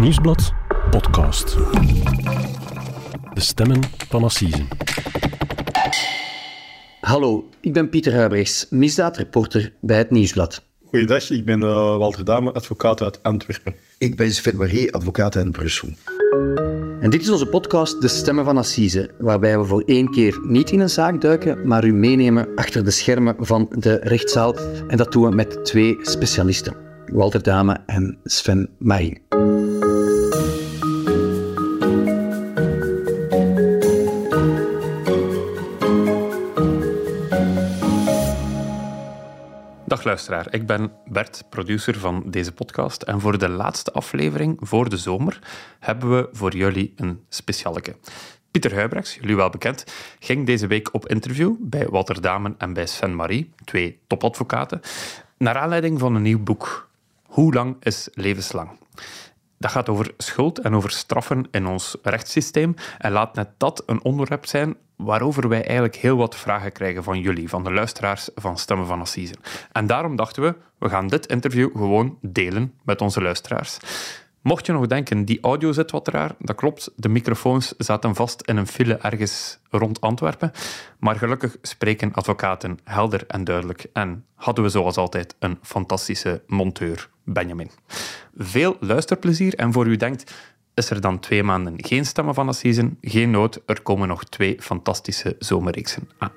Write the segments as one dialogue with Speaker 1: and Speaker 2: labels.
Speaker 1: Nieuwsblad podcast. De stemmen van Assise.
Speaker 2: Hallo, ik ben Pieter Huybrechts, misdaadreporter bij het Nieuwsblad.
Speaker 3: Goeiedag, ik ben Walter Dame, advocaat uit Antwerpen.
Speaker 4: Ik ben Sven Marie, advocaat in Brussel.
Speaker 2: En dit is onze podcast De Stemmen van Assise, waarbij we voor 1 keer niet in een zaak duiken, maar u meenemen achter de schermen van de rechtszaal. En dat doen we met 2 specialisten, Walter Dame en Sven Marie.
Speaker 5: Dag luisteraar, ik ben Bert, producer van deze podcast. En voor de laatste aflevering, voor de zomer, hebben we voor jullie een specialeke. Pieter Huybrechts, jullie wel bekend, ging deze week op interview bij Walter Dame en bij Sven Marie, 2 topadvocaten, naar aanleiding van een nieuw boek. Hoe lang is levenslang? Dat gaat over schuld en over straffen in ons rechtssysteem en laat net dat een onderwerp zijn waarover wij eigenlijk heel wat vragen krijgen van jullie, van de luisteraars van Stemmen van Assise. En daarom dachten we gaan dit interview gewoon delen met onze luisteraars. Mocht je nog denken, die audio zit wat raar, dat klopt, de microfoons zaten vast in een file ergens rond Antwerpen, maar gelukkig spreken advocaten helder en duidelijk en hadden we zoals altijd een fantastische monteur, Benjamin. Veel luisterplezier en voor u denkt, is er dan 2 maanden geen Stemmen van Assise? Geen nood, er komen nog 2 fantastische zomerreeksen aan.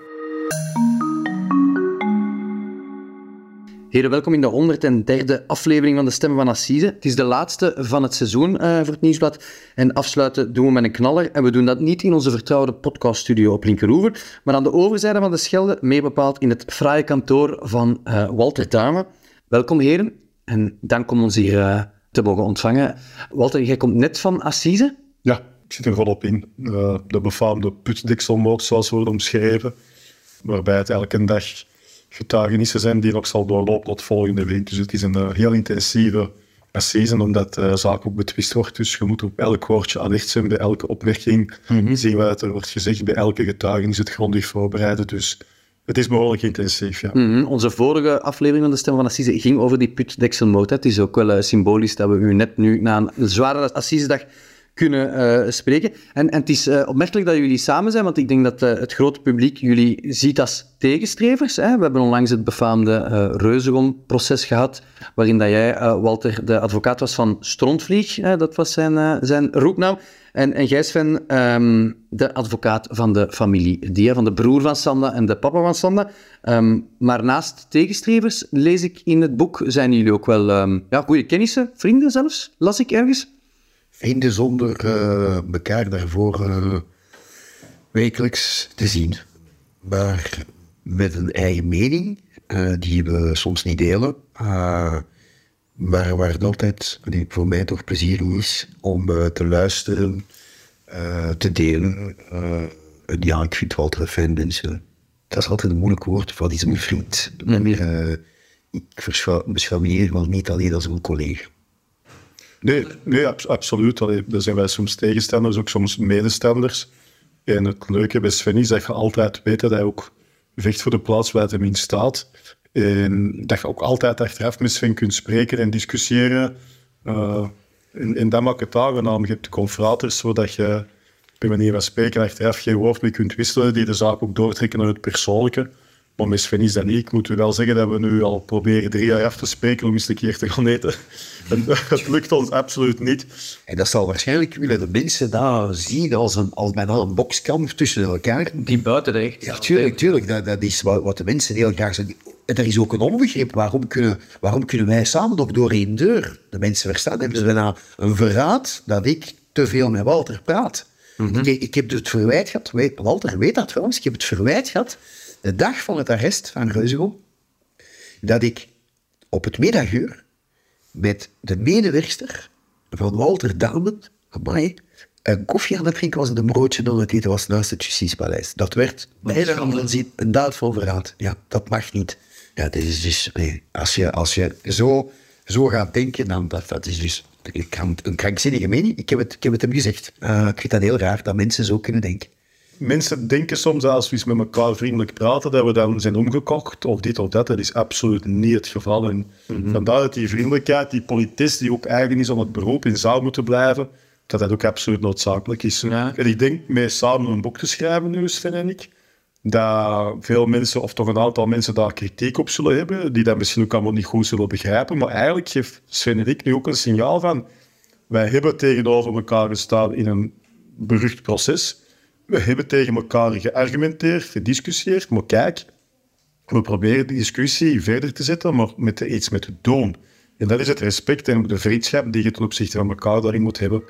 Speaker 2: Heren, welkom in de 103e aflevering van de Stemmen van Assise. Het is de laatste van het seizoen voor het Nieuwsblad. En afsluiten doen we met een knaller. En we doen dat niet in onze vertrouwde podcaststudio op Linkeroever, maar aan de overzijde van de Schelde, meer bepaald in het fraaie kantoor van Walter Dame. Welkom heren, en dank om ons hier te mogen ontvangen. Walter, jij komt net van Assise?
Speaker 3: Ja, ik zit er volop in. De befaamde putdekselmoord, zoals wordt omschreven, waarbij het elke dag getuigenissen zijn die nog zal doorlopen tot volgende week. Dus het is een heel intensieve assise, omdat de zaak ook betwist wordt. Dus je moet op elk woordje alert zijn, bij elke opmerking zien wat er wordt gezegd, bij elke getuigenis het grondig voorbereiden. Dus het is behoorlijk intensief, ja.
Speaker 2: Onze vorige aflevering van de Stemmen van Assise ging over die putdekselmoord. Het is ook wel symbolisch dat we u net nu na een zware assisedag kunnen spreken. En het is opmerkelijk dat jullie samen zijn, want ik denk dat het grote publiek jullie ziet als tegenstrevers. Hè? We hebben onlangs het befaamde Reuzegom-proces gehad, waarin dat jij, Walter, de advocaat was van Strontvlieg. Dat was zijn roepnaam. En jij, Sven, de advocaat van de familie Dia, van de broer van Sanda en de papa van Sanda. Maar naast tegenstrevers, lees ik in het boek, zijn jullie ook wel goede kennissen, vrienden zelfs, las ik ergens.
Speaker 4: Vrienden zonder elkaar daarvoor wekelijks te zien. Maar met een eigen mening, die we soms niet delen. Maar waar het altijd, voor mij toch plezier is, om te luisteren, te delen. Ja, ik vind Walter een fijn mens. Dat is altijd een moeilijk woord, wat is een vriend? Ik beschouw me hier wel niet alleen als een collega.
Speaker 3: Nee, absoluut. Allee, daar zijn wij soms tegenstanders, ook soms medestanders. En het leuke bij Sven is dat je altijd weet dat hij ook vecht voor de plaats waar hij in staat. En dat je ook altijd achteraf met Sven kunt spreken en discussiëren. En dat maakt het aangenaam. Je hebt confraters, zodat je bij manier van spreken achteraf geen woord meer kunt wisselen, die de zaak ook doortrekken naar het persoonlijke. Maar met Sven is dat niet. Ik moet u wel zeggen dat we nu al proberen 3 jaar af te spreken om eens een keer te gaan eten. En het lukt ons absoluut niet.
Speaker 4: En dat zal waarschijnlijk willen de mensen daar zien als bijna een bokskamp tussen elkaar.
Speaker 2: Die buiten de recht.
Speaker 4: Ja, tuurlijk. Dat is wat de mensen heel graag zeggen. En er is ook een onbegrip. Waarom kunnen wij samen nog door 1 deur? De mensen verstaan. Hebben ze bijna een verraad dat ik te veel met Walter praat. Ik heb het verwijt gehad. Walter weet dat trouwens. Ik heb het verwijt gehad de dag van het arrest van Reuzegom, dat ik op het middaguur met de medewerkster van Walter Dame een koffie aan het drinken was en een broodje aan het eten was naast het Justitiepaleis. Dat werd bijna een daad van verraad. Ja, dat mag niet. Ja, dat is dus, als je zo gaat denken, dan dat is dus een krankzinnige mening. Ik heb het hem gezegd. Ik vind dat heel raar dat mensen zo kunnen denken.
Speaker 3: mensen denken soms dat als we eens met elkaar vriendelijk praten, dat we dan zijn omgekocht of dit of dat. Dat is absoluut niet het geval. En vandaar dat die vriendelijkheid, die politesse die ook eigen is om het beroep in zou moeten blijven, dat ook absoluut noodzakelijk is.
Speaker 2: Ja.
Speaker 3: En ik denk, mee samen een boek te schrijven nu, Sven en ik, dat veel mensen, of toch een aantal mensen, daar kritiek op zullen hebben, die dat misschien ook allemaal niet goed zullen begrijpen. Maar eigenlijk geeft Sven en ik nu ook een signaal van, wij hebben tegenover elkaar gestaan in een berucht proces. We hebben tegen elkaar geargumenteerd, gediscussieerd, maar kijk, we proberen die discussie verder te zetten, maar met iets met te doen. En dat is het respect en de vriendschap die je ten opzichte van elkaar daarin moet hebben.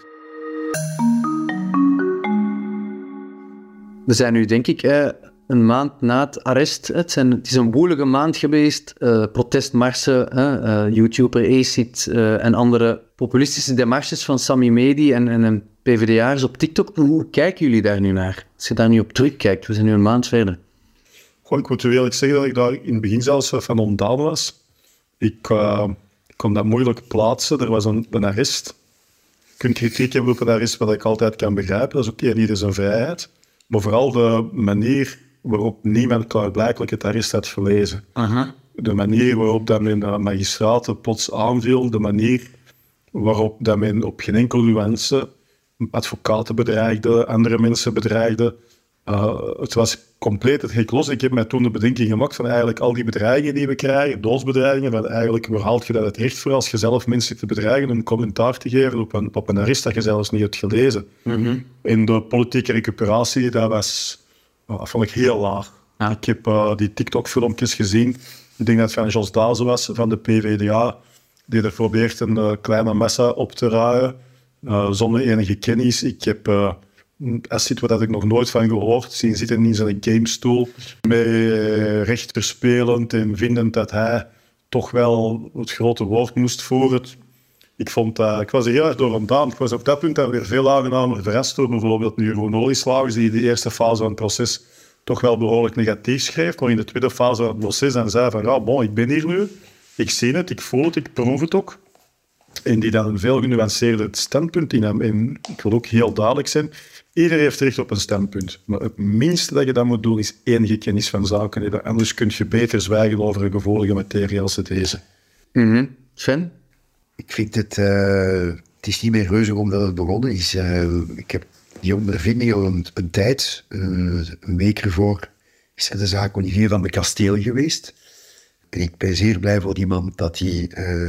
Speaker 2: We zijn nu, denk ik, een maand na het arrest. Het is een woelige maand geweest. Protestmarsen, YouTuber ACID en andere populistische demarches van Sami Medi en PvdA'ers op TikTok. Hoe kijken jullie daar nu naar? Als je daar nu op terugkijkt, we zijn nu een maand verder.
Speaker 3: Goh, ik moet eerlijk zeggen dat ik daar in het begin zelfs van ontdaan was. Ik kon dat moeilijk plaatsen. Er was een arrest. Je kunt kritiek hebben op een arrest, wat ik altijd kan begrijpen. Dat is ook ieder zijn vrijheid. Maar vooral de manier waarop niemand klaarblijkelijk het arrest had gelezen. De manier waarop dat men de magistraten plots aanviel. De manier waarop dat men op geen enkele nuance advocaten bedreigde, andere mensen bedreigde. Het was compleet het hek los. Ik heb mij toen de bedenking gemaakt van eigenlijk al die bedreigingen die we krijgen, doodsbedreigingen, van eigenlijk waar haalt je dat het recht voor als je zelf mensen te bedreigen, een commentaar te geven op een arrest dat je zelfs niet hebt gelezen. In de politieke recuperatie, dat vond ik heel laag. Ja. Ik heb die TikTok-filmpjes gezien. Ik denk dat het van Jos Dazen was, van de PvdA, die er probeert een kleine massa op te ruien, zonder enige kennis. Ik heb ACID, waar dat ik nog nooit van gehoord, zien zitten in zijn gamestoel, met rechter spelend en vindend dat hij toch wel het grote woord moest voeren. Ik was er heel erg door ontdaan. Ik was op dat punt dan weer veel aangenamer verrast door bijvoorbeeld nu Jeroen Olieslagers, die in de eerste fase van het proces toch wel behoorlijk negatief schreef, maar in de tweede fase van het proces dan zei van, ja, bon, ik ben hier nu, ik zie het, ik voel het, ik proef het ook. En die dan een veel genuanceerder standpunt in hebben. En ik wil ook heel duidelijk zijn, iedereen heeft recht op een standpunt. Maar het minste dat je dan moet doen, is enige kennis van zaken hebben. Anders kun je beter zwijgen over een gevoelige materie als deze.
Speaker 2: Sven?
Speaker 4: Ik vind het is niet meer reuzig omdat het begonnen is. Ik heb die ondervinding al een tijd, een week ervoor, is de zaak Olivier van de Kasteel geweest. En ik ben zeer blij voor die man dat hij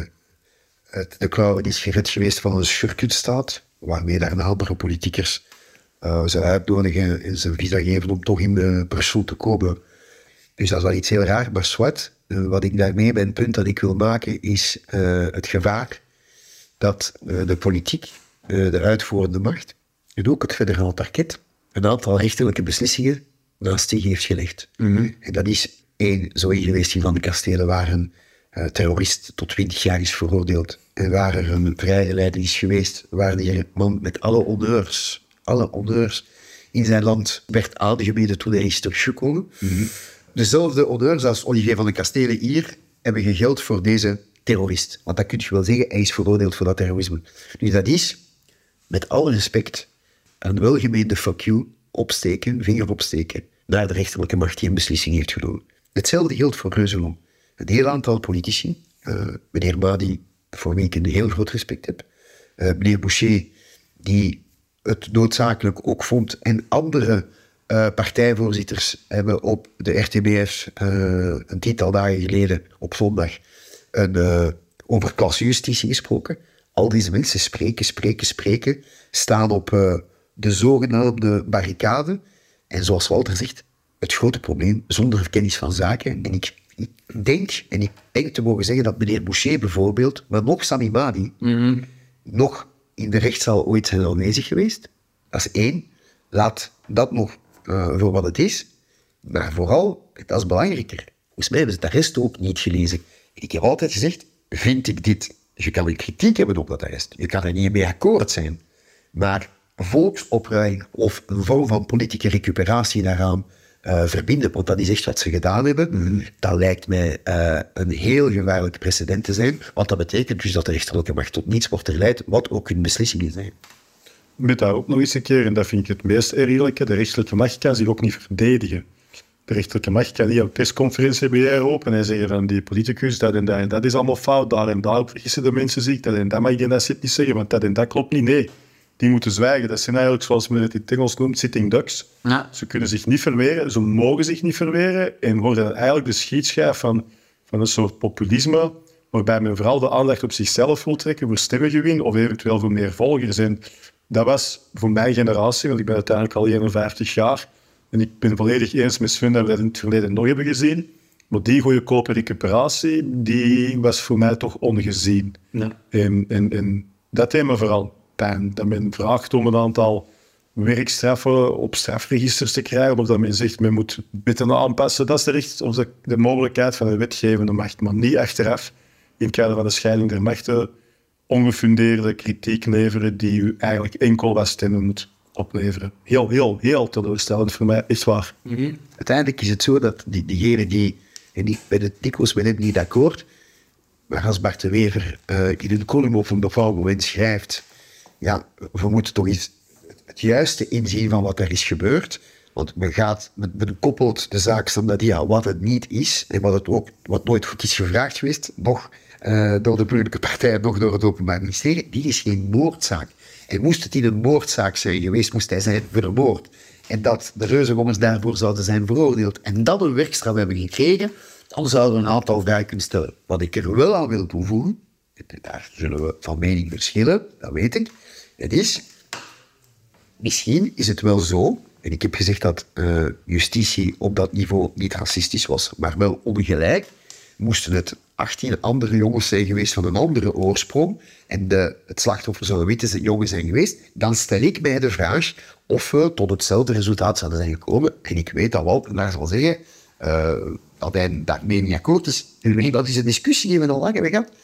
Speaker 4: uit de klauwen is gered geweest van een schurkenstaat, waarmee daar een aantal politiekers ze uitnodigen en ze visa geven om toch in Brussel te komen. Dus dat is wel iets heel raar, maar zwart. Wat ik daarmee bij het punt dat ik wil maken is het gevaar dat de politiek, de uitvoerende macht, en ook het federaal parket, een aantal rechterlijke beslissingen naast zich heeft gelegd. En dat is één, zo geweest die van de Kastelen, waar een terrorist tot 20 jaar is veroordeeld en waar er een vrijgeleide is geweest, waar die man met alle honneurs in zijn land werd aangemeten toen hij is teruggekomen. Dezelfde honneurs als Olivier van de Kastelen hier hebben gegeld voor deze terrorist. Want dat kun je wel zeggen, hij is veroordeeld voor dat terrorisme. Dus dat is, met alle respect, een welgemeende fuck you opsteken, vinger opsteken, naar de rechterlijke macht die een beslissing heeft genomen. Hetzelfde geldt voor Reuzelom. Een heel aantal politici, meneer Madi, voor wie ik een heel groot respect heb, meneer Boucher, die het noodzakelijk ook vond, en andere partijvoorzitters hebben op de RTBF een tiental dagen geleden op zondag over klasjustitie gesproken. Al deze mensen spreken, staan op de zogenaamde barricade. En zoals Walter zegt, het grote probleem zonder kennis van zaken. En ik denk te mogen zeggen dat meneer Boucher bijvoorbeeld, maar nog Sami Madi, nog in de rechtszaal ooit zijn aanwezig geweest. Dat is één. Laat dat nog voor wat het is. Maar vooral, dat is belangrijker. Volgens mij hebben ze het arrest ook niet gelezen. Ik heb altijd gezegd, vind ik dit... Je kan een kritiek hebben op dat arrest. Je kan er niet mee akkoord zijn. Maar volksopruiming of een vorm van politieke recuperatie daaraan verbinden, want dat is echt wat ze gedaan hebben, dat lijkt mij een heel gevaarlijk precedent te zijn. Want dat betekent dus dat de rechterlijke macht tot niets wordt verleid, wat ook hun beslissingen zijn.
Speaker 3: met daar ook nog eens een keer, en dat vind ik het meest eerlijke, de rechterlijke macht kan zich ook niet verdedigen. De rechterlijke macht kan niet een persconferentie bij jou openen en zeggen van die politicus, dat en dat is allemaal fout, daar en daar vergissen de mensen zich, dat en dat mag je dat zit niet zeggen, want dat en dat klopt niet. Nee, die moeten zwijgen. Dat zijn eigenlijk, zoals men het in het Engels noemt, sitting ducks.
Speaker 2: Ja.
Speaker 3: Ze kunnen zich niet verweren, ze mogen zich niet verweren en worden eigenlijk de schietschijf van een soort populisme, waarbij men vooral de aandacht op zichzelf wil trekken voor stemmengewin of eventueel voor meer volgers. En dat was voor mijn generatie, want ik ben uiteindelijk al 51 jaar, en ik ben volledig eens met Sven dat we dat in het verleden nog hebben gezien. Maar die goedkope recuperatie, die was voor mij toch ongezien.
Speaker 2: Ja.
Speaker 3: En dat deed me vooral pijn. Dat men vraagt om een aantal werkstraffen op strafregisters te krijgen, of dat men zegt, men moet wetten aanpassen. Dat is de mogelijkheid van de wetgevende macht, maar niet achteraf in het kader van de scheiding der machten ongefundeerde kritiek leveren die u eigenlijk enkel wat stemmen moet opleveren. Heel teleurstellend voor mij, is waar.
Speaker 4: Mm-hmm. Uiteindelijk is het zo dat diegenen die, en ik ben het dikwijls met hem niet akkoord, maar als Bart de Wever in een column op een bepaald moment schrijft, ja, we moeten toch eens het juiste inzien van wat er is gebeurd. Want men koppelt de zaak standaard wat het niet is, en wat nooit goed is gevraagd geweest, nog door de burgerlijke partij, nog door het Openbaar Ministerie. Die is geen moordzaak. En moest het in een moordzaak zijn geweest, moest hij zijn vermoord. En dat de reuzengommers daarvoor zouden zijn veroordeeld. En dat een werkstraf hebben gekregen, dan zouden we een aantal vragen kunnen stellen. Wat ik er wel aan wil toevoegen, en daar zullen we van mening verschillen, dat weet ik, het is, misschien is het wel zo, en ik heb gezegd dat justitie op dat niveau niet racistisch was, maar wel ongelijk, moesten het 18 andere jongens zijn geweest van een andere oorsprong en het slachtoffer zou een witte jongen zijn geweest, dan stel ik mij de vraag of we tot hetzelfde resultaat zouden zijn gekomen. En ik weet dat Waltenaar zal zeggen dat hij daarmee niet akkoord is. Dat is een discussie die we al lang hebben gehad,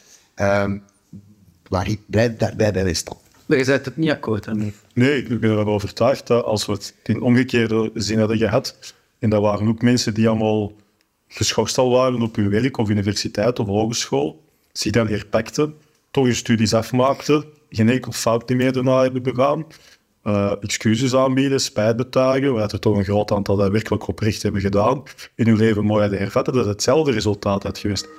Speaker 4: waar ik daarbij bij stand.
Speaker 2: Maar je bent het niet akkoord daarmee?
Speaker 3: Nee, ik ben ervan overtuigd dat als we het in omgekeerde zin hadden gehad, en dat waren ook mensen die allemaal geschorst al waren op hun werk of universiteit of hogeschool, zich dan herpakten, toch hun studies afmaakten, geen enkel fout meer daarna hebben begaan, excuses aanbieden, spijt betuigen, waar er toch een groot aantal dat werkelijk oprecht hebben gedaan, in hun leven mooi hadden hervatten, dat hetzelfde resultaat had geweest.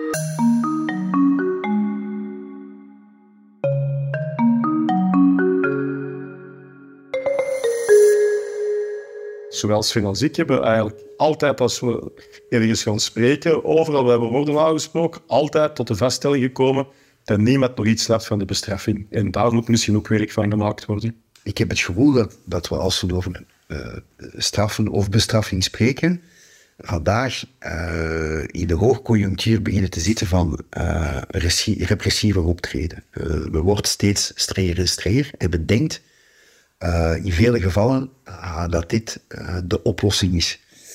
Speaker 3: Zowel Sven als ik hebben eigenlijk altijd, als we ergens gaan spreken, overal waar we worden aangesproken, altijd tot de vaststelling gekomen dat niemand nog iets slaat van de bestraffing. En daar moet misschien ook werk van gemaakt worden.
Speaker 4: Ik heb het gevoel dat we als we over straffen of bestraffing spreken, vandaag in de hoogconjunctuur beginnen te zitten van repressiever optreden. We worden steeds strenger en strenger en bedenkt in vele gevallen dat dit de oplossing is.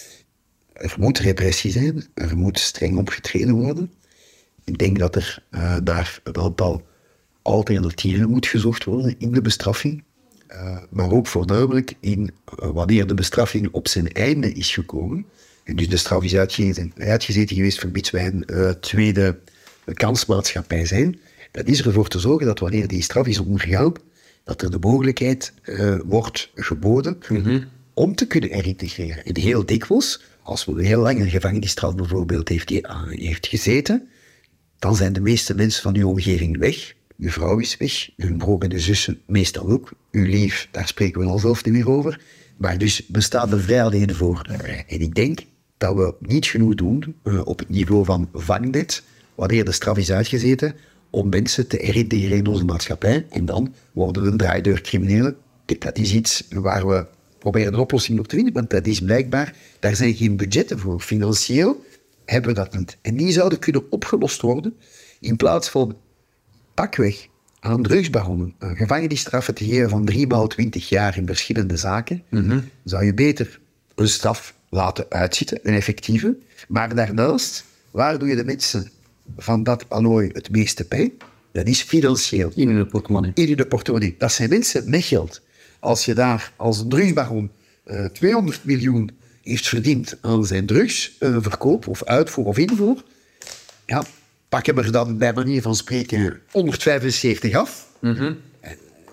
Speaker 4: Er moet repressie zijn, er moet streng opgetreden worden. Ik denk dat er daar een aantal alternatieven moet gezocht worden in de bestraffing. Maar ook voornamelijk in wanneer de bestraffing op zijn einde is gekomen. En dus de straf is uitgezeten geweest vermits wij een tweede kansmaatschappij zijn. Dat is ervoor te zorgen dat wanneer die straf is ondergaan, dat er de mogelijkheid wordt geboden om te kunnen herintegreren. En heel dikwijls, als we een heel lange gevangenisstraf bijvoorbeeld heeft gezeten, dan zijn de meeste mensen van uw omgeving weg. Uw vrouw is weg, uw broer en de zussen meestal ook. Uw lief, daar spreken we al zelf niet meer over. Maar dus bestaat er vrijheden voor. En ik denk dat we niet genoeg doen op het niveau van vangnet, wanneer de straf is uitgezeten, om mensen te herintegreren in onze maatschappij. En dan worden we een draaideurcriminelen. Dat is iets waar we proberen een oplossing op te vinden, want dat is blijkbaar, daar zijn geen budgetten voor. Financieel hebben we dat niet. En die zouden kunnen opgelost worden in plaats van pakweg aan drugsbaronnen gevangenisstraffen te geven van 3 maal 20 jaar in verschillende zaken. Zou je beter een straf laten uitzitten, een effectieve. Maar daarnaast, waar doe je de mensen van dat allooi het meeste pijn? Dat is financieel.
Speaker 2: In de portemonnee.
Speaker 4: In de portemonnee. Dat zijn mensen met geld. Als je daar als drugsbaron 200 miljoen heeft verdiend aan zijn drugsverkoop of uitvoer of invoer, ja, pak hem er dan bij manier van spreken 175 af.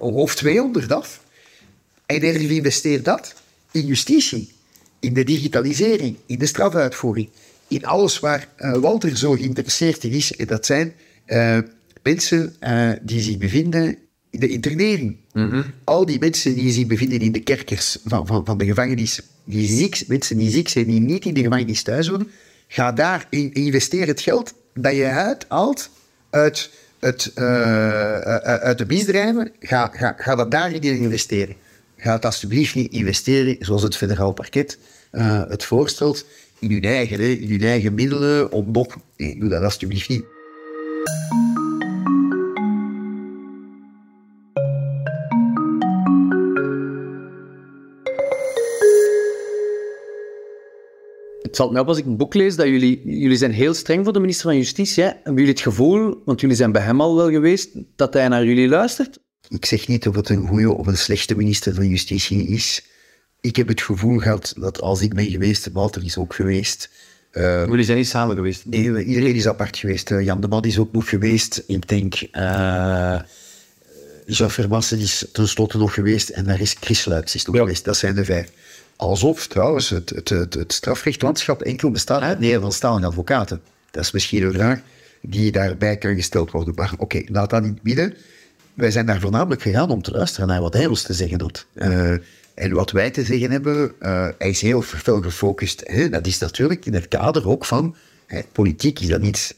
Speaker 4: of 200 af. En investeer dat in justitie, in de digitalisering, in de strafuitvoering, in alles waar Walter zo geïnteresseerd in is. En dat zijn mensen die zich bevinden in de internering. Al die mensen die zich bevinden in de kerkers van de gevangenis, mensen die ziek zijn, die niet in de gevangenis thuis wonen, ga daar investeer het geld dat je uithaalt uit de misdrijven, ga dat daarin investeren. Ga het alsjeblieft niet investeren, zoals het federaal parket het voorstelt, in je eigen middelen om nog... Nee, doe dat alsjeblieft niet.
Speaker 2: Het valt mij op als ik een boek lees dat jullie zijn heel streng voor de minister van Justitie. Hè? Hebben jullie het gevoel, want jullie zijn bij hem al wel geweest, dat hij naar jullie luistert?
Speaker 4: Ik zeg niet of het een goede of een slechte minister van Justitie is. Ik heb het gevoel gehad dat als ik ben geweest, Walter is ook geweest.
Speaker 2: Jullie zijn niet samen geweest?
Speaker 4: Nee, iedereen is apart geweest. Jan de Man is ook nog geweest. Ik denk, Jean Vermassen is tenslotte nog geweest. En daar is Chris Luijks is nog geweest. Dat zijn de 5. Alsof trouwens het strafrechtlandschap enkel bestaat uit Nederlandstalige advocaten. Dat is misschien een vraag die daarbij kan gesteld worden. Maar oké, laat dat in het midden. Wij zijn daar voornamelijk gegaan om te luisteren naar wat hij ons te zeggen had. En wat wij te zeggen hebben, hij is heel veel gefocust. Hè? Dat is natuurlijk in het kader ook van... politiek is dat niet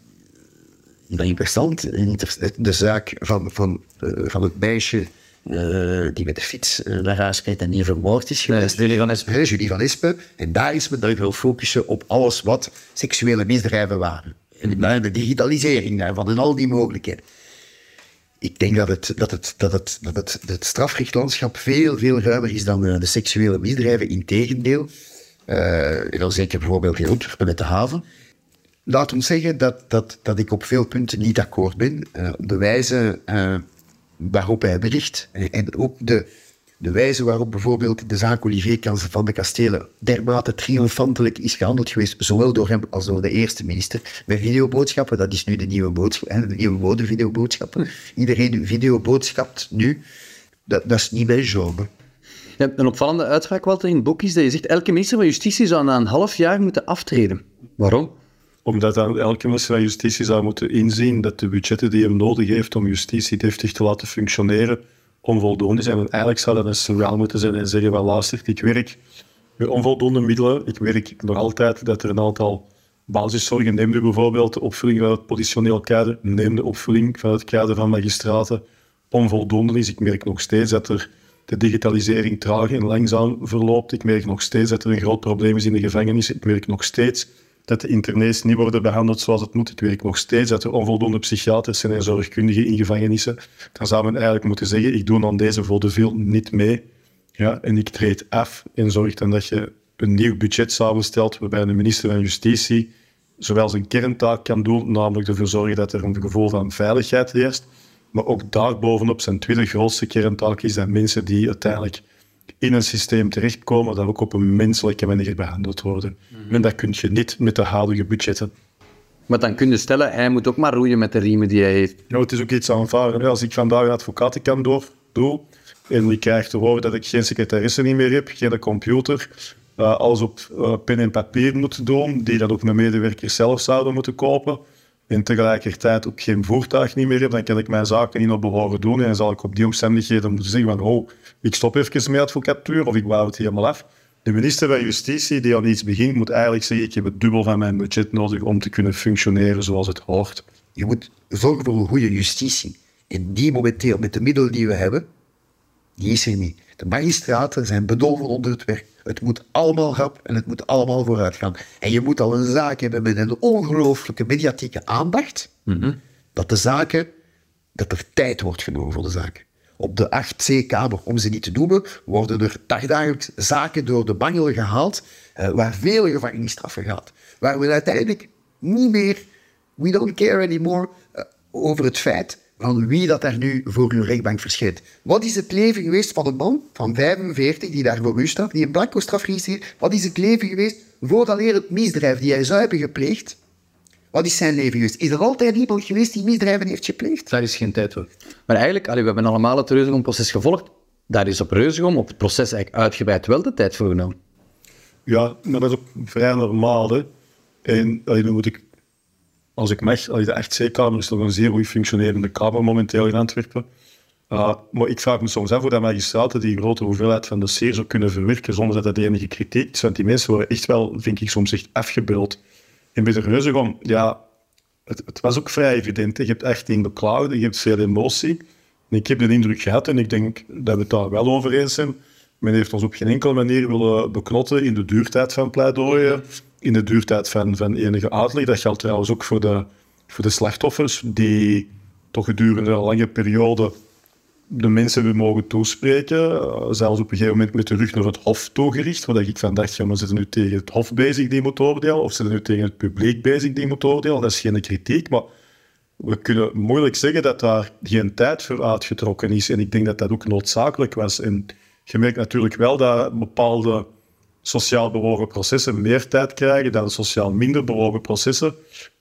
Speaker 4: interessant. De zaak van het meisje die met de fiets naar huis rijdt en hier vermoord is geweest. Julie van Espen. En daar is men dan veel focussen op alles wat seksuele misdrijven waren. En de digitalisering daarvan en al die mogelijkheden. Ik denk dat het strafrechtlandschap veel, veel ruimer is dan de seksuele misdrijven. Integendeel. En dan zeker bijvoorbeeld in Antwerpen met de haven. Laat ons zeggen dat ik op veel punten niet akkoord ben. De wijze waarop hij bericht. En ook de wijze waarop bijvoorbeeld de zaak Olivier van de Kastelen dermate triomfantelijk is gehandeld geweest, zowel door hem als door de eerste minister, met videoboodschappen. Dat is nu de nieuwe boodschap, de nieuwe mode videoboodschappen. Iedereen videoboodschapt nu. Dat is niet mijn genre.
Speaker 2: Ja, een opvallende uitspraak, Walter, in het boek is dat je zegt elke minister van Justitie zou na een half jaar moeten aftreden. Waarom?
Speaker 3: Omdat dan elke minister van Justitie zou moeten inzien dat de budgetten die hem nodig heeft om justitie deftig te laten functioneren onvoldoende zijn. En eigenlijk zou dat een signaal moeten zijn en zeggen van luister, ik werk met onvoldoende middelen. Ik werk nog altijd dat er een aantal basiszorgen, neem nu bijvoorbeeld de opvulling van het politioneel kader, neem de opvulling van het kader van magistraten, onvoldoende is. Ik merk nog steeds dat er de digitalisering traag en langzaam verloopt. Ik merk nog steeds dat er een groot probleem is in de gevangenis. Ik merk nog steeds dat de internees niet worden behandeld zoals het moet. Ik merk nog steeds dat er onvoldoende psychiaters zijn en zorgkundigen in gevangenissen. Dan zou men eigenlijk moeten zeggen, ik doe aan deze vaudeville niet mee. Ja, en ik treed af en zorg dan dat je een nieuw budget samenstelt waarbij de minister van Justitie zowel zijn kerntaak kan doen, namelijk ervoor zorgen dat er een gevoel van veiligheid heerst, maar ook daarbovenop zijn tweede grootste kerntaak is dat mensen die uiteindelijk in een systeem terechtkomen, dat ook op een menselijke manier behandeld worden. En dat kun je niet met de huidige budgetten.
Speaker 2: Maar dan kun je stellen, hij moet ook maar roeien met de riemen die hij heeft.
Speaker 3: Ja, het is ook iets aanvaarden. Als ik vandaag een advocatenkantoor doe en ik krijg te horen dat ik geen secretaresse niet meer heb, geen computer, alles op pen en papier moet doen, die dat ook mijn medewerkers zelf zouden moeten kopen, en tegelijkertijd ook geen voertuig niet meer heb, dan kan ik mijn zaken niet op behoren doen en dan zal ik op die omstandigheden moeten zeggen van ik stop even met advocatuur of ik wou het helemaal af. De minister van Justitie die aan iets begint moet eigenlijk zeggen ik heb het dubbel van mijn budget nodig om te kunnen functioneren zoals het hoort.
Speaker 4: Je moet zorgen voor een goede justitie. En die momenteel, met de middelen die we hebben, die is er niet. De magistraten zijn bedolven onder het werk. Het moet allemaal rap en het moet allemaal vooruit gaan. En je moet al een zaak hebben met een ongelooflijke mediatieke aandacht, dat er tijd wordt genomen voor de zaken. Op de 8C-kamer, om ze niet te noemen, worden er dagdagelijks zaken door de bangel gehaald, waar veel gevangenisstraffen gaat. Waar we uiteindelijk niet meer, we don't care anymore, over het feit van wie dat daar nu voor uw rechtbank verschijnt. Wat is het leven geweest van een man van 45 die daar voor u staat, die een blanco strafregister heeft? Wat is het leven geweest voordat het misdrijf die hij zou hebben gepleegd Wat is zijn leven geweest? Is er altijd iemand geweest die misdrijven heeft gepleegd?
Speaker 2: Daar is geen tijd voor. Maar eigenlijk, we hebben allemaal het Reuzegom-proces gevolgd. Daar is op Reuzegom, op het proces eigenlijk uitgebreid wel de tijd voor genomen.
Speaker 3: Ja, maar dat is ook vrij normaal. Hè. En dan moet ik, als ik mag, de RTC-kamer is toch een zeer goed functionerende kamer momenteel in Antwerpen. Maar ik vraag me soms af hoe dat magistraten die grote hoeveelheid van dossiers ook kunnen verwerken zonder dat dat enige kritiek is. Want die mensen worden echt wel, vind ik, soms echt afgebeuld. En bij de Reuzegom, ja, het was ook vrij evident. Hè. Je hebt echt een beklaagde, je hebt veel emotie. En ik heb de indruk gehad, en ik denk dat we het daar wel over eens zijn. Men heeft ons op geen enkele manier willen beknotten in de duurtijd van pleidooien, in de duurtijd van enige uitleg. Dat geldt trouwens ook voor de slachtoffers, die toch gedurende een lange periode de mensen weer mogen toespreken. Zelfs op een gegeven moment met de rug naar het hof toegericht, waar ik van dacht, ja, maar zitten nu tegen het hof bezig die moet oordelen, of zitten nu tegen het publiek bezig die moet oordelen. Dat is geen kritiek, maar we kunnen moeilijk zeggen dat daar geen tijd voor uitgetrokken is. En ik denk dat dat ook noodzakelijk was. En je merkt natuurlijk wel dat bepaalde sociaal bewogen processen meer tijd krijgen dan sociaal minder bewogen processen.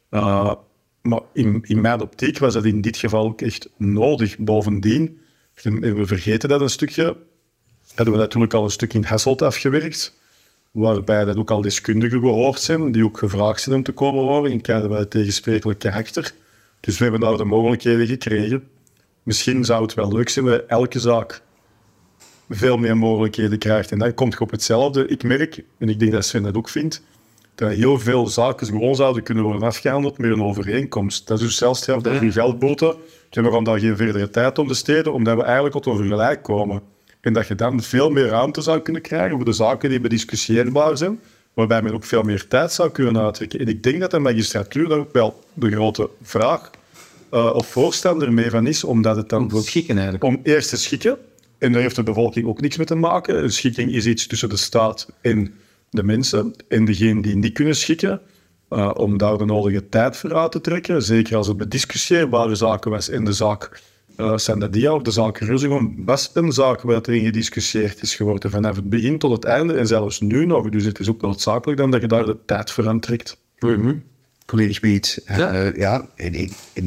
Speaker 3: Maar in mijn optiek was dat in dit geval ook echt nodig. Bovendien, en we vergeten dat een stukje, hadden we natuurlijk al een stuk in Hasselt afgewerkt, waarbij dat ook al deskundigen gehoord zijn, die ook gevraagd zijn om te komen horen in kader van het tegensprekelijk karakter. Dus we hebben daar de mogelijkheden gekregen. Misschien zou het wel leuk zijn dat elke zaak veel meer mogelijkheden krijgt. En dan komt je op hetzelfde. Ik merk, en ik denk dat Sven dat ook vindt, dat heel veel zaken gewoon zouden kunnen worden afgehandeld met een overeenkomst. Dat is dus zelfs dat die geldboete, we gaan daar geen verdere tijd om besteden, omdat we eigenlijk tot een vergelijk komen. En dat je dan veel meer ruimte zou kunnen krijgen voor de zaken die bediscussieerbaar zijn, waarbij men ook veel meer tijd zou kunnen uittrekken. En ik denk dat de magistratuur daar ook wel de grote vraag of voorstander mee van is, omdat het dan...
Speaker 2: Om te schikken eigenlijk.
Speaker 3: Om eerst te schikken. En daar heeft de bevolking ook niks mee te maken. Een schikking is iets tussen de staat en de mensen. En degenen die niet kunnen schikken, om daar de nodige tijd voor uit te trekken. Zeker als het bediscussieerbare zaken was. En de zaak Sandadia of de zaak Reuzegom was een zaak waar er in gediscussieerd is geworden. Vanaf het begin tot het einde. En zelfs nu nog. Dus het is ook noodzakelijk dan dat je daar de tijd voor aantrekt.
Speaker 4: Volledig mee eens. Ja, en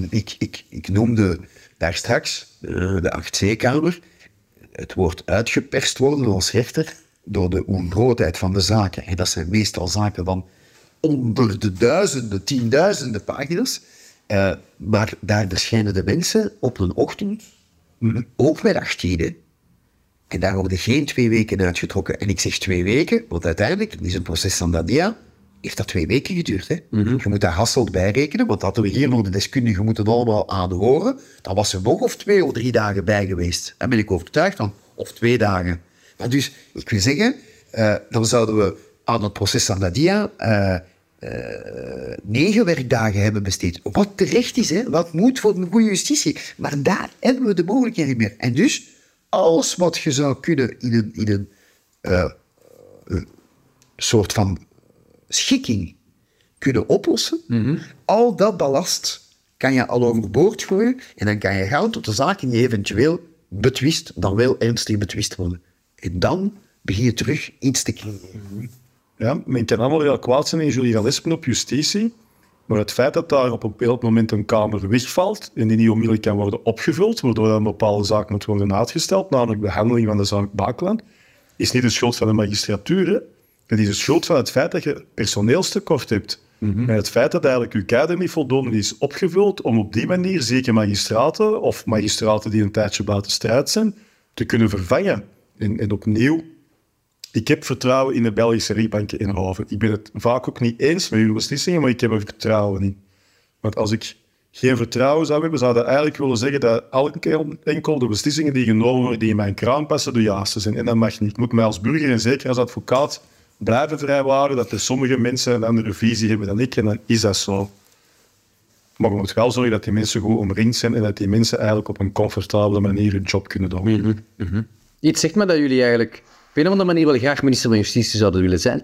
Speaker 4: ik noemde daar straks de 8C-kamer. Het wordt uitgeperst worden als rechter door de ongrootheid van de zaken. En dat zijn meestal zaken van onder de duizenden, tienduizenden pagina's. Maar daar verschijnen de mensen op een ochtend, ook met 18. En daar worden geen 2 weken uitgetrokken. En ik zeg 2 weken, want uiteindelijk is een proces Sandadia, heeft dat 2 weken geduurd. Hè? Je moet daar Hasselt bij rekenen, want hadden we hier nog de deskundigen moeten allemaal aanhoren, dan was er nog of 2 of 3 dagen bij geweest. Daar ben ik overtuigd van. Of 2 dagen. Maar dus, ik wil zeggen, dan zouden we aan het proces Sandadia 9 werkdagen hebben besteed. Wat terecht is, hè? Wat moet voor een goede justitie. Maar daar hebben we de mogelijkheden meer. En dus, alles wat je zou kunnen in een soort van schikking kunnen oplossen, al dat ballast kan je al overboord gooien en dan kan je gaan tot de zaken die eventueel betwist, dan wel ernstig betwist worden. En dan begin je terug iets te creëren.
Speaker 3: Ja, men kan allemaal heel kwaad zijn in jullie gaan lespen op justitie, maar het feit dat daar op een bepaald moment een kamer wegvalt en die niet onmiddellijk kan worden opgevuld, waardoor een bepaalde zaak moet worden uitgesteld, namelijk de behandeling van de zaak Bakeland, is niet de schuld van de magistratuur. Hè? Het is de schuld van het feit dat je personeelstekort hebt. En het feit dat eigenlijk uw kader niet voldoende is opgevuld om op die manier zeker magistraten of magistraten die een tijdje buiten strijd zijn, te kunnen vervangen. En opnieuw, ik heb vertrouwen in de Belgische rechtbanken in Hoven. Ik ben het vaak ook niet eens met uw beslissingen, maar ik heb er vertrouwen in. Want als ik geen vertrouwen zou hebben, zou dat eigenlijk willen zeggen dat enkel de beslissingen die genomen worden, die in mijn kraan passen, de juiste zijn. En dat mag niet. Ik moet mij als burger en zeker als advocaat blijven vrijwaren dat er sommige mensen een andere visie hebben dan ik, en dan is dat zo. Maar we moeten wel zorgen dat die mensen goed omringd zijn en dat die mensen eigenlijk op een comfortabele manier hun job kunnen doen.
Speaker 2: Iets zegt me dat jullie eigenlijk op een of andere manier wel graag minister van Justitie zouden willen zijn.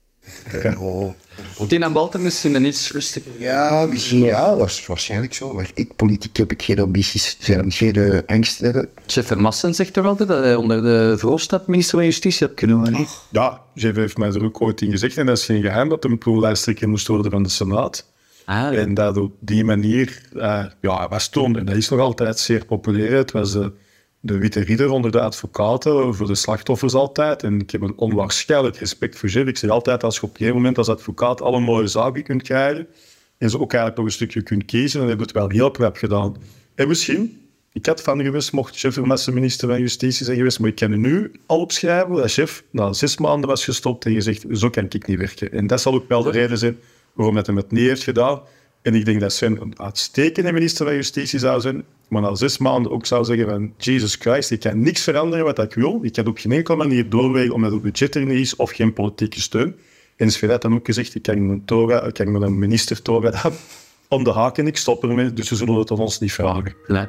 Speaker 6: Tina Balten is in iets rustiger.
Speaker 4: Ja, misschien ja, dat is waarschijnlijk zo. Maar politiek heb ik geen ambities, geen angsten.
Speaker 2: Chef Vermassen zegt toch altijd dat hij onder de Verhofstadt minister van Justitie had kunnen worden.
Speaker 3: Ja, Jeff heeft mij er ook ooit in gezegd, en dat is geen geheim, dat een ploeglijsttrekker moest worden van de Senaat. En dat op die manier was toen, en dat is nog altijd zeer populair, het was de witte ridder onder de advocaten, voor de slachtoffers altijd. En ik heb een onwaarschijnlijk respect voor Jeff. Ik zeg altijd, als je op een gegeven moment als advocaat alle mooie zaken kunt krijgen, en ze ook eigenlijk nog een stukje kunt kiezen, dan heb je het wel heel knap gedaan. En misschien, ik had van geweest, mocht Jeff Vermesse minister van Justitie zijn geweest, maar ik kan er nu al opschrijven dat Jeff na 6 maanden was gestopt en gezegd, zo kan ik niet werken. En dat zal ook wel de reden zijn waarom hij het niet heeft gedaan. En ik denk dat Sven een uitstekende minister van Justitie zou zijn, maar na 6 maanden ook zou zeggen van Jesus Christ, ik kan niks veranderen wat ik wil. Ik kan op geen enkele manier doorwegen omdat het budget er niet is of geen politieke steun. En Sven had dan ook gezegd, ik kan met een minister toga om de haak en ik stop ermee, dus ze zullen het aan ons niet vragen.
Speaker 2: Nee.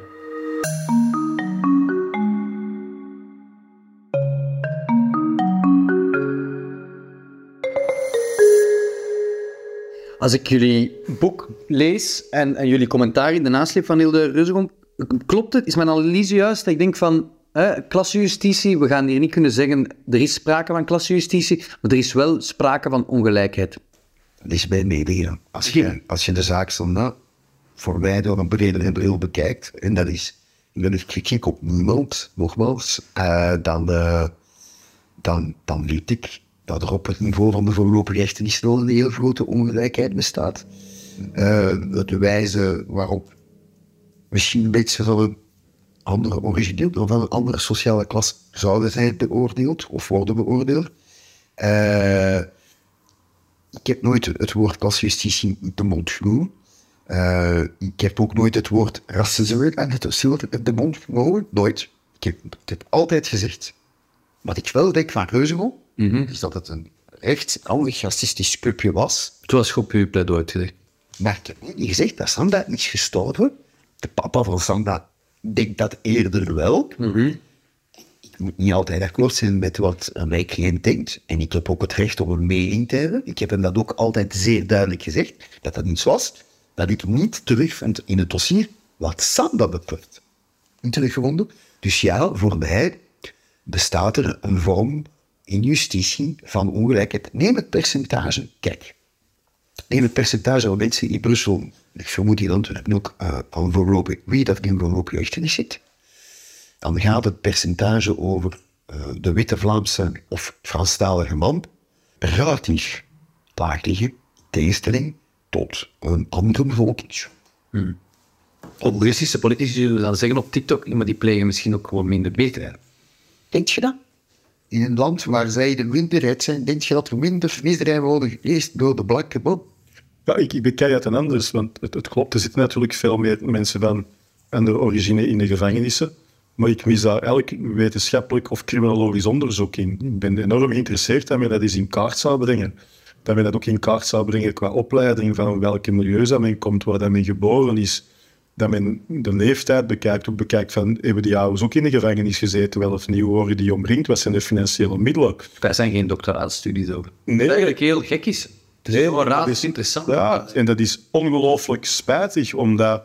Speaker 2: Als ik jullie boek lees en jullie commentaar in de nasleep van Hilde Reuzegom, klopt het? Is mijn analyse juist dat ik denk van klassejustitie, we gaan hier niet kunnen zeggen er is sprake van klassejustitie, maar er is wel sprake van ongelijkheid.
Speaker 4: Dat is bij media. Als je de zaak standaard voor mij door een bredere bril bekijkt, en dat is kritiek op niemand, nogmaals, dan weet ik dat er op het niveau van de voorlopige hechtenis wel een heel grote ongelijkheid bestaat. De wijze waarop misschien mensen van een andere origineel of van een andere sociale klas zouden zijn beoordeeld of worden beoordeeld. Ik heb nooit het woord klasjustitie in de mond genomen. Ik heb ook nooit het woord racisme en het de mond genomen. Nooit. Ik heb altijd gezegd. Wat ik wel denk van Reuzegom, is dat het een rechts-handig racistisch clubje was.
Speaker 2: Het was goed op uw pleidooi gezegd.
Speaker 4: Maar ik heb niet gezegd dat Sanda is gestorven. De papa van Sanda denkt dat eerder wel. Ik moet niet altijd akkoord zijn met wat mijn cliënt denkt. En ik heb ook het recht om een mening te hebben. Ik heb hem dat ook altijd zeer duidelijk gezegd, dat dat iets was, dat ik niet terugvind in het dossier wat Sanda betreft. Niet teruggevonden. Dus ja, voor mij bestaat er een vorm in justitie van ongelijkheid. Neem het percentage. Kijk. Neem het percentage van mensen in Brussel. Ik vermoed in Antwerpen ook al voorlopig wie dat in voorlopig hechtenis zit. Dan gaat het percentage over de witte Vlaamse of Franstalige man relatief laag liggen, in tegenstelling tot een andere bevolking.
Speaker 2: Russische politici zullen dan zeggen op TikTok, maar die plegen misschien ook gewoon minder beter.
Speaker 4: Denk je dat? In een land waar zij de minderheid zijn, denk je dat er minder misdrijven worden geweest door de blanke man?
Speaker 3: Ja, ik bekijk het en anders, want het klopt. Er zitten natuurlijk veel meer mensen van andere origine in de gevangenissen. Maar ik mis daar elk wetenschappelijk of criminologisch onderzoek in. Ik ben enorm geïnteresseerd dat men dat eens in kaart zou brengen. Dat men dat ook in kaart zou brengen qua opleiding, van welke milieus dat men komt, waar dat men geboren is. Dat men de leeftijd bekijkt, ook bekijkt van, hebben die ouders ook in de gevangenis gezeten, wel of niet, hoe worden die omringd, wat zijn de financiële middelen?
Speaker 2: Wij zijn geen doctoraatstudies over.
Speaker 3: Nee.
Speaker 2: Wat eigenlijk heel gek is. Het is heel raar, het is interessant.
Speaker 3: Ja, en dat is ongelooflijk spijtig, omdat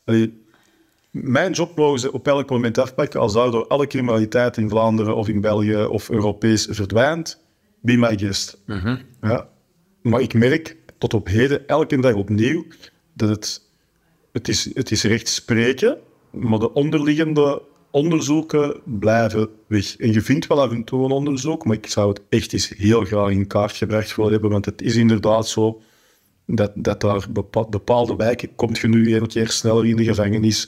Speaker 3: mijn job mogen ze op elk moment afpakken als daardoor alle criminaliteit in Vlaanderen of in België of Europees verdwijnt. Be my guest. Ja. Maar ik merk tot op heden, elke dag opnieuw, dat het is recht spreken, maar de onderliggende onderzoeken blijven weg. En je vindt wel af en toe een onderzoek, maar ik zou het echt eens heel graag in kaart gebracht willen hebben, want het is inderdaad zo dat daar bepaalde wijken komt je nu een keer sneller in de gevangenis.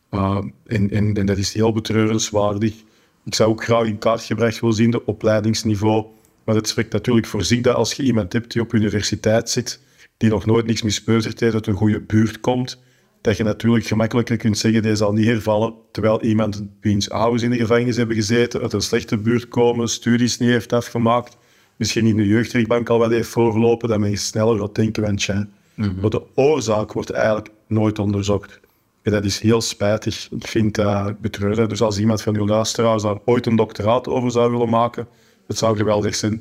Speaker 3: En dat is heel betreurenswaardig. Ik zou ook graag in kaart gebracht willen zien, de opleidingsniveau. Maar het spreekt natuurlijk voor zich dat als je iemand hebt die op universiteit zit, die nog nooit niks mispeuzerd heeft, uit een goede buurt komt, dat je natuurlijk gemakkelijker kunt zeggen, deze zal niet hervallen, terwijl iemand wiens ouders in de gevangenis hebben gezeten, uit een slechte buurt komen, studies niet heeft afgemaakt, misschien in de jeugdrechtbank al wat heeft voorgelopen, dat men sneller gaat denken van tja. Maar de oorzaak wordt eigenlijk nooit onderzocht. En dat is heel spijtig. Ik vind dat betreurend. Dus als iemand van uw luisteraars daar ooit een doctoraat over zou willen maken, het zou geweldig zijn.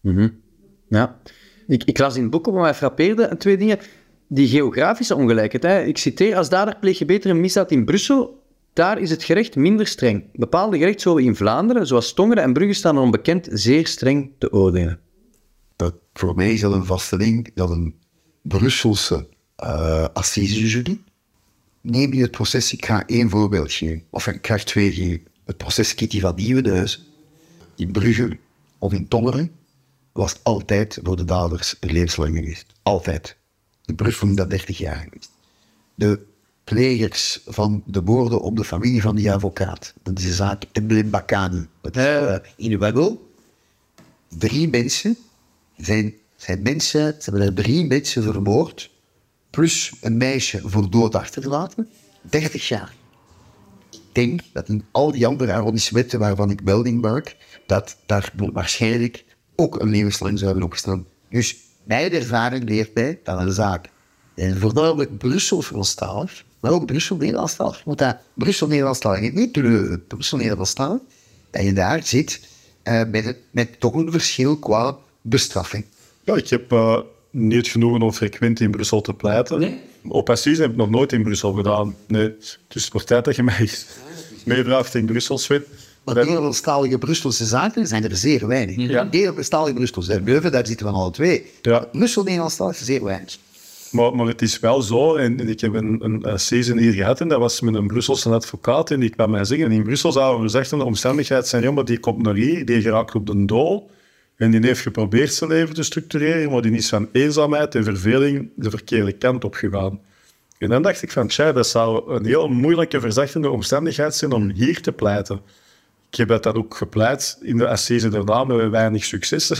Speaker 2: Ja. Ik las in het boek, wat mij frappeerde, 2 dingen. Die geografische ongelijkheid. Hè. Ik citeer, als dader pleeg je beter een misdaad in Brussel, daar is het gerecht minder streng. Bepaalde gerechtshoven in Vlaanderen, zoals Tongeren en Brugge, staan erom bekend zeer streng te oordelen.
Speaker 4: Voor mij is dat een vaststelling dat een Brusselse assisejury. Neem je het proces, ik ga 1 voorbeeld geven, of ik ga 2 geven. Het proces Kitty van Nieuwenhuizen, in Brugge of in Tongeren, was altijd voor de daders levenslang geweest. Altijd. De Brugge dat 30 jaar geweest. De plegers van de moorden op de familie van die advocaat, dat is de zaak Emblem Bakani, in Weggel. 3 mensen zijn mensen, ze hebben er 3 mensen vermoord, plus een meisje voor dood achtergelaten, 30 jaar. Ik denk dat in al die andere arrondissementen waarvan ik melding maak, dat daar waarschijnlijk ook een levenslang zou hebben opgestaan. Dus mijn ervaring leert mij dat een zaak, en voornamelijk Brussel Franstalig, maar ook Brussel Nederlandstalig, want dat Brussel Nederlandstalig, niet Brussel Nederlandstalig, dat je daar zit met toch een verschil qua bestraffing.
Speaker 3: Ja, ik heb niet het genoegen om frequent in Brussel te pleiten. Nee? Op Assise heb ik nog nooit in Brussel gedaan. Nee. Dus het wordt tijd dat je mij meedraagt in Brussel, Sven.
Speaker 4: Maar Nederlandstalige Brusselse zaken zijn er zeer weinig. Ja. Nederlandstalige Brusselse Leuven, daar zitten we alle 2. Ja. Brussel Nederlandstalig is zeer weinig.
Speaker 3: Maar het is wel zo, en ik heb een season hier gehad, en dat was met een Brusselse advocaat, en die kwam mij zeggen, in Brussel zouden we gezegd, de omstandigheden zijn, ja, maar die komt naar hier, die geraakt op de dool, en die heeft geprobeerd zijn leven te structureren, maar die is van eenzaamheid en verveling de verkeerde kant op gegaan. En dan dacht ik van, tja, dat zou een heel moeilijke, verzachtende omstandigheid zijn om hier te pleiten. Ik heb dat ook gepleit in de Assise daarna met weinig succes.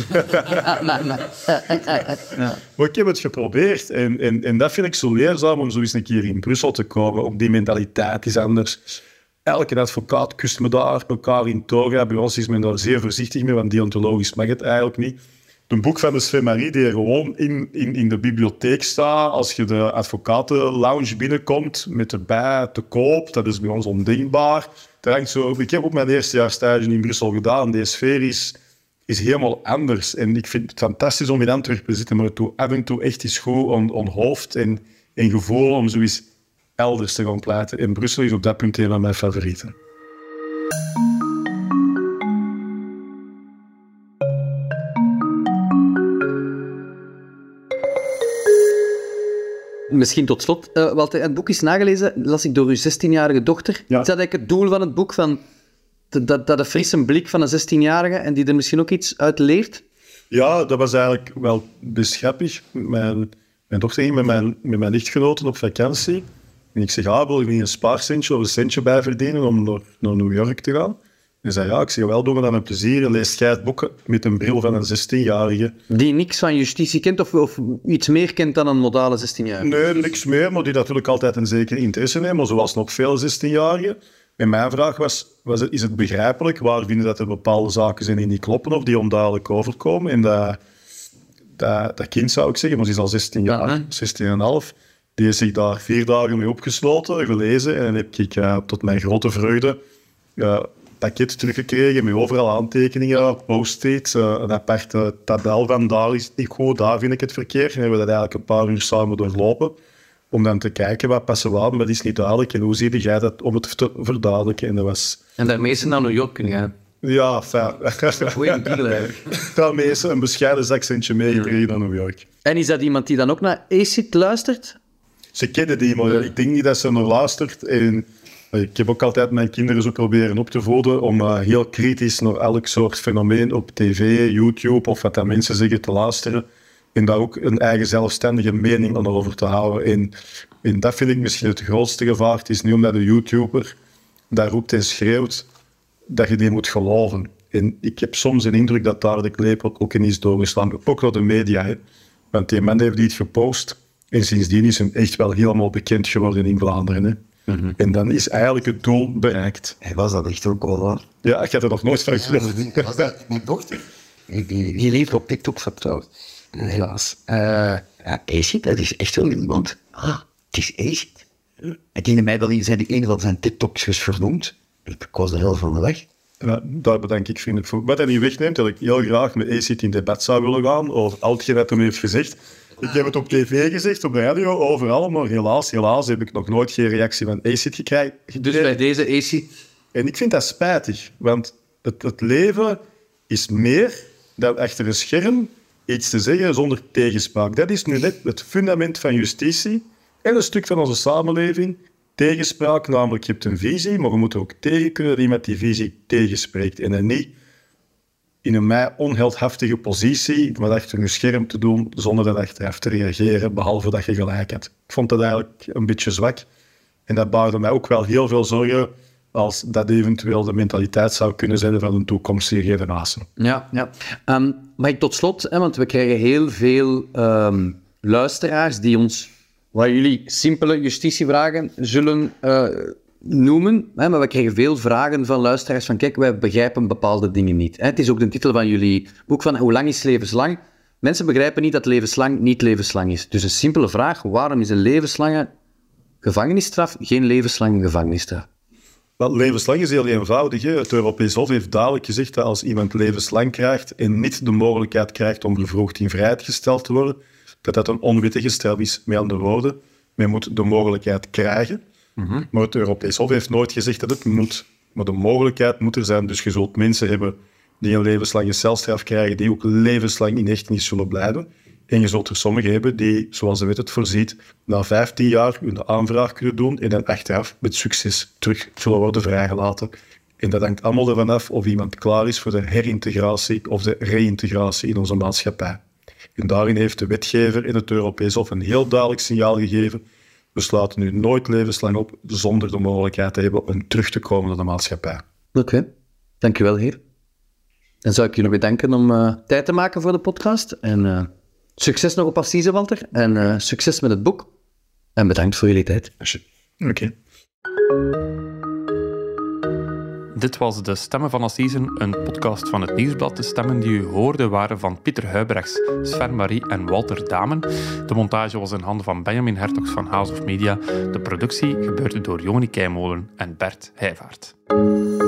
Speaker 3: Maar ik heb het geprobeerd en dat vind ik zo leerzaam om zo eens een keer in Brussel te komen. Om die mentaliteit is anders. Elke advocaat kust me daar, elkaar in toga. Bij ons is men daar zeer voorzichtig mee, want deontologisch mag het eigenlijk niet. Een boek van de Sven Marie die gewoon in de bibliotheek staat. Als je de advocatenlounge binnenkomt met erbij te koop, dat is bij ons ondenkbaar. Ik heb ook mijn eerste jaar stage in Brussel gedaan. Die sfeer is helemaal anders. En ik vind het fantastisch om in Antwerpen te zitten, maar het doet af en toe echt eens goed on hoofd en gevoel om zoiets elders te gaan pleiten. En Brussel is op dat punt een van mijn favorieten.
Speaker 2: Misschien tot slot, Walter, het boek is nagelezen, las ik door uw 16-jarige dochter. Ja. Is dat eigenlijk het doel van het boek? Van dat een frisse blik van een 16-jarige en die er misschien ook iets uit leert?
Speaker 3: Ja, dat was eigenlijk wel best grappig. Mijn dochter ging met mijn nichtgenoten op vakantie. En ik zeg, wil je niet een spaarcentje of een centje bij verdienen om naar New York te gaan? En zei, ja, ik zeg, wel, doe me dan een plezier en lees jij het boek met een bril van een 16-jarige.
Speaker 2: Die niks van justitie kent of iets meer kent dan een modale 16-jarige?
Speaker 3: Nee, niks meer, maar die natuurlijk altijd een zekere interesse heeft, maar zoals nog veel 16-jarigen. En mijn vraag was, is het begrijpelijk? Waar vinden dat er bepaalde zaken zijn die niet kloppen of die onduidelijk overkomen? En dat kind, zou ik zeggen, maar ze is al 16 jaar, 16,5. Die heeft zich daar 4 dagen mee opgesloten, gelezen. En dan heb ik tot mijn grote vreugde pakket teruggekregen met overal aantekeningen, post-it, een aparte tabel van daar is het niet goed, daar vind ik het verkeerd. En hebben we dat eigenlijk een paar uur samen doorlopen om dan te kijken wat passen waar, wat is niet duidelijk en hoe zie jij dat om het te verduidelijken.
Speaker 2: En daarmee is het naar New York kunnen gaan?
Speaker 3: Ja, goeie deal eigenlijk. Daarmee is een bescheiden zakcentje meegekregen naar New York.
Speaker 2: En is dat iemand die dan ook naar ACID luistert?
Speaker 3: Ze kennen die, maar ik denk niet dat ze naar luistert. En ik heb ook altijd mijn kinderen zo proberen op te voeden om heel kritisch naar elk soort fenomeen op tv, YouTube of wat dat mensen zeggen te luisteren. En daar ook een eigen zelfstandige mening aan over te houden. En dat vind ik misschien het grootste gevaar. Het is niet omdat de YouTuber daar roept en schreeuwt dat je die moet geloven. En ik heb soms een indruk dat daar de kleep ook in is doorgeslaan. Ook door de media. Hè. Want die man heeft iets gepost en sindsdien is hem echt wel helemaal bekend geworden in Vlaanderen. Hè. Mm-hmm. En dan is eigenlijk het doel bereikt.
Speaker 4: Hij was dat echt ook al.
Speaker 3: Ja, ik had er nog nooit van gezegd.
Speaker 4: Was dat mijn dochter? Die leeft op TikTok trouwens. Helaas. ACID, dat is echt wel iemand. Het is ACID. Hij kende mij wel in een van zijn TikToks vernoemd. Ik was er heel van de weg.
Speaker 3: Ja, daar bedank ik vriendelijk voor. Wat hij niet wegneemt, dat ik heel graag met ACID in debat zou willen gaan over al hetgeen wat hij heeft gezegd. Ik heb het op tv gezegd, op de radio, overal, maar helaas heb ik nog nooit geen reactie van ACID gekregen.
Speaker 2: Dus bij deze ACID?
Speaker 3: En ik vind dat spijtig, want het leven is meer dan achter een scherm iets te zeggen zonder tegenspraak. Dat is nu net het fundament van justitie en een stuk van onze samenleving. Tegenspraak, namelijk je hebt een visie, maar we moeten ook tegen kunnen dat iemand die visie tegenspreekt. En dan niet in een mij onheldhaftige positie, maar achter je scherm te doen, zonder dat achteraf te reageren, behalve dat je gelijk hebt. Ik vond dat eigenlijk een beetje zwak. En dat baarde mij ook wel heel veel zorgen als dat eventueel de mentaliteit zou kunnen zijn van een toekomstige generatie.
Speaker 2: Ja. Maar ik tot slot, want we krijgen heel veel luisteraars die ons, wat jullie simpele justitievragen zullen noemen, maar we krijgen veel vragen van luisteraars van kijk, wij begrijpen bepaalde dingen niet. Het is ook de titel van jullie boek van hoe lang is levenslang? Mensen begrijpen niet dat levenslang niet levenslang is. Dus een simpele vraag, waarom is een levenslange gevangenisstraf geen levenslange gevangenisstraf?
Speaker 3: Wel, levenslang is heel eenvoudig. Hè? Het Europees Hof heeft duidelijk gezegd dat als iemand levenslang krijgt en niet de mogelijkheid krijgt om vervroegd in vrijheid gesteld te worden, dat dat een onwettige straf is. Met andere woorden, men moet de mogelijkheid krijgen. Maar het Europees Hof heeft nooit gezegd dat het moet. Maar de mogelijkheid moet er zijn. Dus je zult mensen hebben die een levenslange celstraf krijgen, die ook levenslang in hechtenis zullen blijven. En je zult er sommigen hebben die, zoals de wet het voorziet, na 15 jaar hun aanvraag kunnen doen en dan achteraf met succes terug zullen worden vrijgelaten. En dat hangt allemaal ervan af of iemand klaar is voor de herintegratie of de reïntegratie in onze maatschappij. En daarin heeft de wetgever in het Europees Hof een heel duidelijk signaal gegeven. We sluiten nu nooit levenslang op zonder de mogelijkheid te hebben om terug te komen naar de maatschappij.
Speaker 2: Oké, dankjewel heer. Dan zou ik jullie bedanken om tijd te maken voor de podcast. En succes nog op Assise, Walter. En succes met het boek. En bedankt voor jullie tijd.
Speaker 3: Oké.
Speaker 5: Dit was De Stemmen van Assisen, een podcast van het Nieuwsblad. De stemmen die u hoorde waren van Pieter Huybrechts, Sven Marie en Walter Damen. De montage was in handen van Benjamin Hertogs van House of Media. De productie gebeurde door Joni Keimolen en Bert Heijvaart.